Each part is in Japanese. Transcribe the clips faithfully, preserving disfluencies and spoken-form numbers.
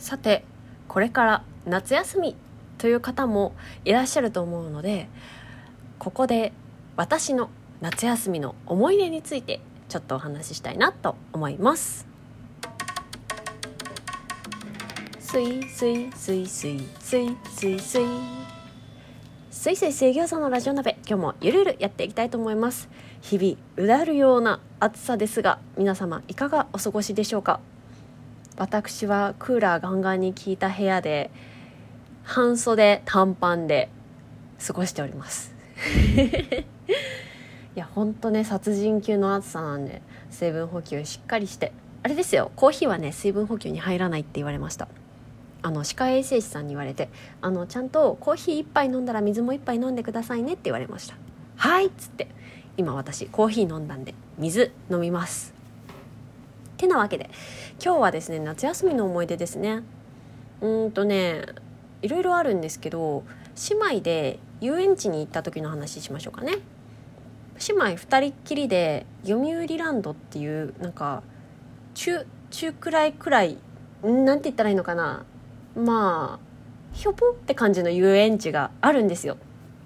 さて、これから夏休みという方もいらっしゃると思うので、ここで私の夏休みの思い出についてちょっとお話ししたいなと思います。すいすいすいすいすいすいすいすいすい水餃子のラジオ鍋、今日もゆるゆるやっていきたいと思います。日々うだるような暑さですが、皆様いかがお過ごしでしょうか。私はクーラーガンガンに効いた部屋で半袖短パンで過ごしておりますいやほんとね、殺人級の暑さなんで水分補給しっかりして、あれですよ、コーヒーはね水分補給に入らないって言われました。あの歯科衛生士さんに言われて、あのちゃんとコーヒー一杯飲んだら水も一杯飲んでくださいねって言われました。はいっつって、今私コーヒー飲んだんで水飲みますてなわけで、今日はですね、夏休みの思い出ですね。うーんとねいろいろあるんですけど、姉妹で遊園地に行った時の話しましょうかね。姉妹二人っきりで読売ランドっていうなんか中中くらいくらいなんて言ったらいいのかな、まあひょぽって感じの遊園地があるんですよ。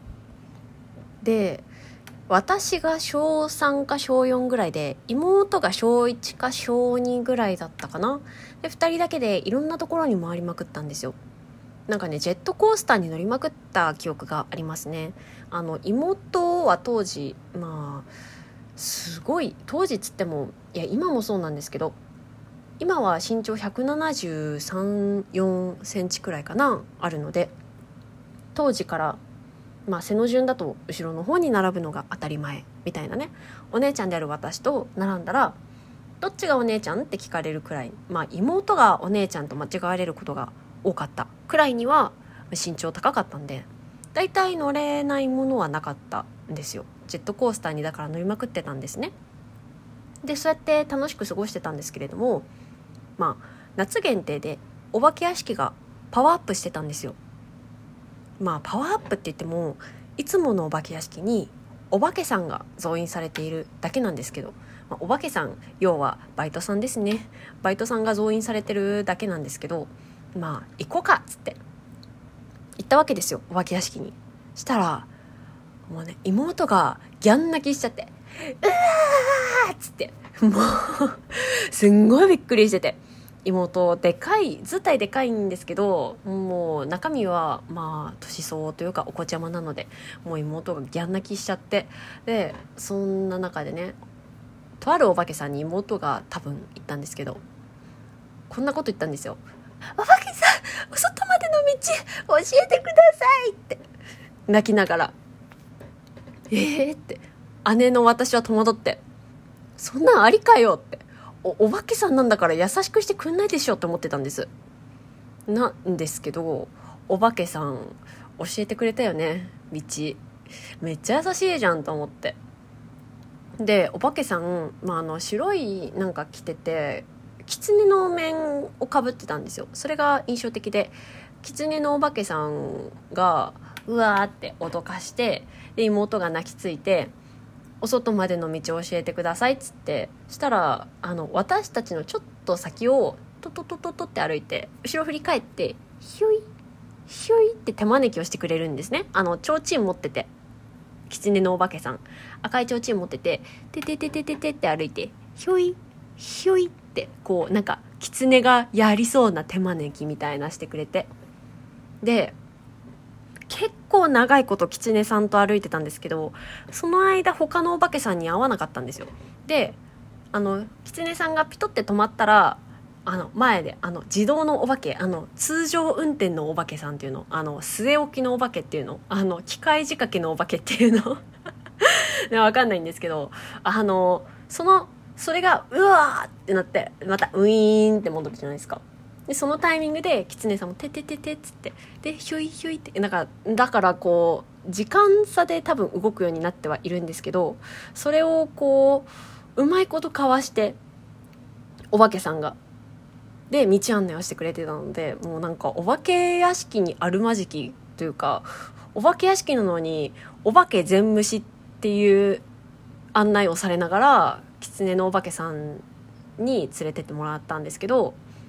で、私がしょうさんかしょうよんぐらいで、妹がしょういちかしょうにぐらいだったかな。でふたりだけでいろんなところに回りまくったんですよ。なんかね、ジェットコースターに乗りまくった記憶がありますね。あの妹は当時、まあすごい、当時つってもいや今もそうなんですけど、今は身長ひゃくななじゅうさん、よんセンチくらいかなあるので、当時からまあ、背の順だと後ろの方に並ぶのが当たり前みたいなね。お姉ちゃんである私と並んだら、どっちがお姉ちゃんって聞かれるくらい、まあ、妹がお姉ちゃんと間違われることが多かったくらいには身長高かったんで、だいたい乗れないものはなかったんですよ。ジェットコースターにだから乗りまくってたんですね。でそうやって楽しく過ごしてたんですけれども、まあ夏限定でお化け屋敷がパワーアップしてたんですよ。まあパワーアップって言っても、いつものお化け屋敷にお化けさんが増員されているだけなんですけど、まあ、お化けさん、要はバイトさんですね。バイトさんが増員されてるだけなんですけど、まあ行こうかっつって行ったわけですよ、お化け屋敷に。したらもうね、妹がギャン泣きしちゃって、うわーっつって、もうすんごいびっくりしてて、妹でかい、図体でかいんですけど、もう中身はまあ年相応というかお子ちゃまなので、もう妹がギャン泣きしちゃって、でそんな中でね、とあるお化けさんに妹が多分言ったんですけど、こんなこと言ったんですよ。お化けさん、お外までの道教えてくださいって泣きながら、えーって姉の私は戸惑って、そんなんありかよって、お, お化けさんなんだから優しくしてくんないでしょって思ってたんです。なんですけど、お化けさん教えてくれたよね、道。めっちゃ優しいじゃんと思って。でお化けさん、まあ、あの白いなんか着てて、狐の面をかぶってたんですよ。それが印象的で、狐のお化けさんがうわーって脅かして、で妹が泣きついて、お外までの道を教えてくださいっつって、したらあの私たちのちょっと先をトトトトトって歩いて、後ろ振り返ってヒュイヒュイって手招きをしてくれるんですね。あの提灯持ってて、狐のお化けさん赤い提灯持ってて、テテテテテテって歩いて、ヒュイヒュイってこうなんか狐がやりそうな手招きみたいなしてくれて、で結構長いこと狐さんと歩いてたんですけど、その間他のお化けさんに会わなかったんですよ。であの狐さんがピトって止まったら、あの前であの自動のお化け、あの通常運転のお化けさんっていうの、あの据え置きのお化けっていうの、あの機械仕掛けのお化けっていうのわかんないんですけど、あのそのそれがうわーってなってまたウィーンって戻るじゃないですか。でそのタイミングでキツネさんもテテテテっつって、でヒュイヒュイってなんか、だからこう時間差で多分動くようになってはいるんですけど、それをこううまいことかわしてお化けさんがで道案内をしてくれてたので、もうなんかお化け屋敷にあるまじきというか、お化け屋敷なのにお化け全無視っていう案内をされながら狐のお化けさんに連れてってもらったんですけど、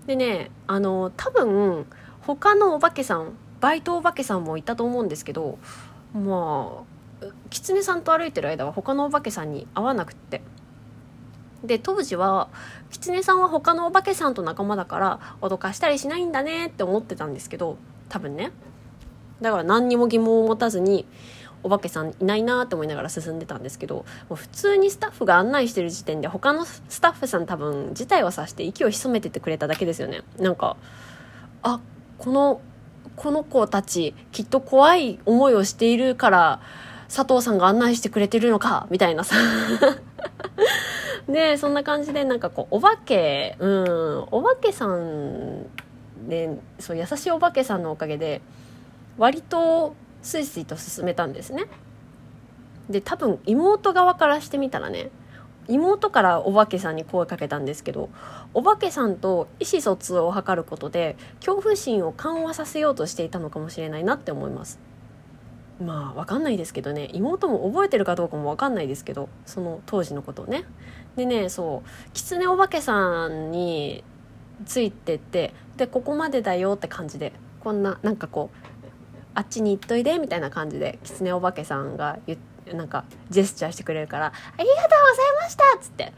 でね、あの多分他のお化けさん、バイトお化けさんもいたと思うんですけど、まあ狐さんと歩いてる間は他のお化けさんに会わなくって、で当時は狐さんは他のお化けさんと仲間だから脅かしたりしないんだねって思ってたんですけど、多分ね、だから何にも疑問を持たずにお化けさんいないなって思いながら進んでたんですけど、もう普通にスタッフが案内してる時点で他のスタッフさん多分事態を察して息を潜めててくれただけですよね。なんか、あ、このこの子たちきっと怖い思いをしているから佐藤さんが案内してくれてるのかみたいなさでそんな感じで、なんかこうお化け、うん、お化けさんで、そう優しいお化けさんのおかげで割とスイスイと進めたんですね。で多分妹側からしてみたらね、妹からお化けさんに声かけたんですけど、お化けさんと意思疎通を図ることで恐怖心を緩和させようとしていたのかもしれないなって思います。まあ分かんないですけどね、妹も覚えてるかどうかも分かんないですけど、その当時のことをね。でね、そう狐お化けさんについてって、でここまでだよって感じで、こんななんかこうあっちに行っといでみたいな感じで狐お化けさんが言なんかジェスチャーしてくれるから、ありがとうございましたっつって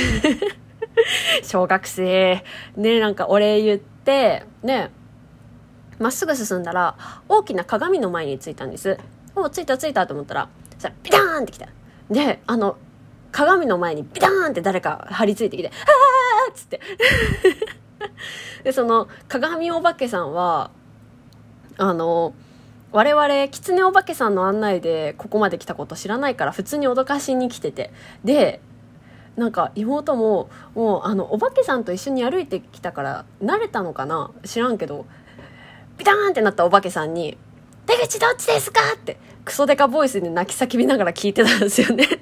小学生ね、なんかお礼言ってね、まっすぐ進んだら大きな鏡の前に着いたんです。お、着いた着いたと思ったら、そピターンってきた。で、あの鏡の前にピターンって誰か張り付いてきて、あーっつってでその鏡お化けさんはあの我々狐お化けさんの案内でここまで来たこと知らないから普通に脅かしに来てて、でなんか妹ももうあのお化けさんと一緒に歩いてきたから慣れたのかな、知らんけどピターンってなったお化けさんに、出口どっちですかってクソデカボイスで泣き叫びながら聞いてたんですよね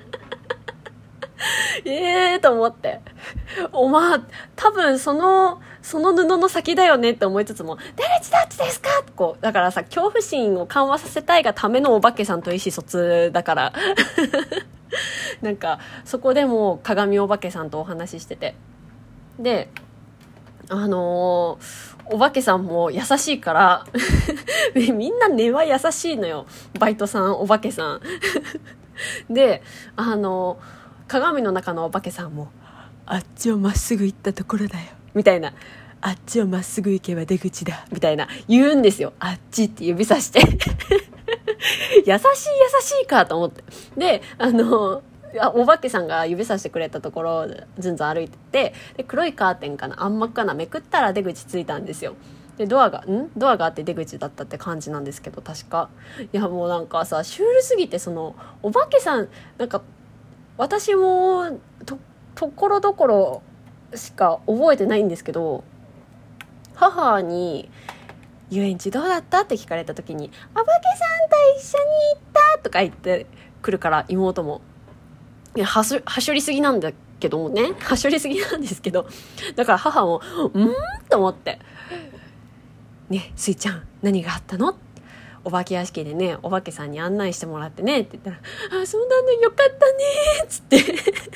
えーと思って、おま多分そのその布の先だよねって思いつつも、出口どっちですかってこう、だからさ、恐怖心を緩和させたいがためのお化けさんと意思疎通だからなんかそこでも鏡お化けさんとお話ししてて、であのー、お化けさんも優しいからみんな根は優しいのよ、バイトさんお化けさんであのー鏡の中のお化けさんも、あっちをまっすぐ行ったところだよみたいな、あっちをまっすぐ行けば出口だみたいな言うんですよ。あっちって指さして優しい優しいかと思って、であのお化けさんが指さしてくれたところをずんずん歩いてて、で黒いカーテンかな、暗幕かな、めくったら出口ついたんですよ。でドアがんドアがあって出口だったって感じなんですけど、確か。いやもうなんかさ、シュールすぎて、そのお化けさんなんか私も と, ところどころしか覚えてないんですけど、母に遊園地どうだったって聞かれた時に、お化けさんと一緒に行ったとか言ってくるから、妹もいやはしはしょりすぎなんだけどもねはしょりすぎなんですけど、だから母もんーと思って、ね、スイちゃん何があったの、お化け屋敷でねお化けさんに案内してもらってねって言ったら、あ、そうなのよかったねっつって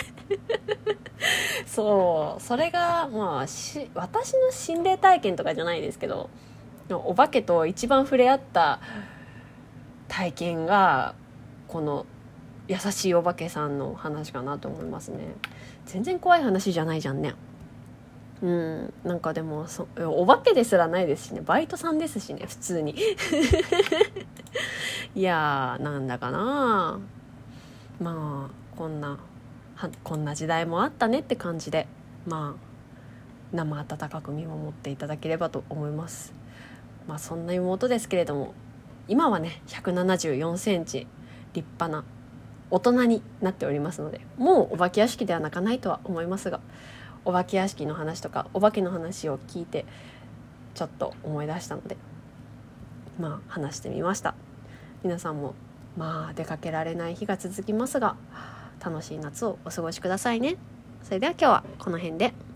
そうそれがまあし私の心霊体験とかじゃないですけど、お化けと一番触れ合った体験がこの優しいお化けさんの話かなと思いますね。全然怖い話じゃないじゃんね。うん、なんかでもそお化けですらないですしね、バイトさんですしね普通にいやーなんだかな、まあこんなはこんな時代もあったねって感じで、まあ生温かく見守っていただければと思います。まあそんな妹ですけれども、今はねひゃくななじゅうよんセンチ立派な大人になっておりますので、もうお化け屋敷では泣かないとは思いますが、お化け屋敷の話とかお化けの話を聞いてちょっと思い出したので、まあ話してみました。皆さんもまあ出かけられない日が続きますが、楽しい夏をお過ごしくださいね。それでは今日はこの辺で。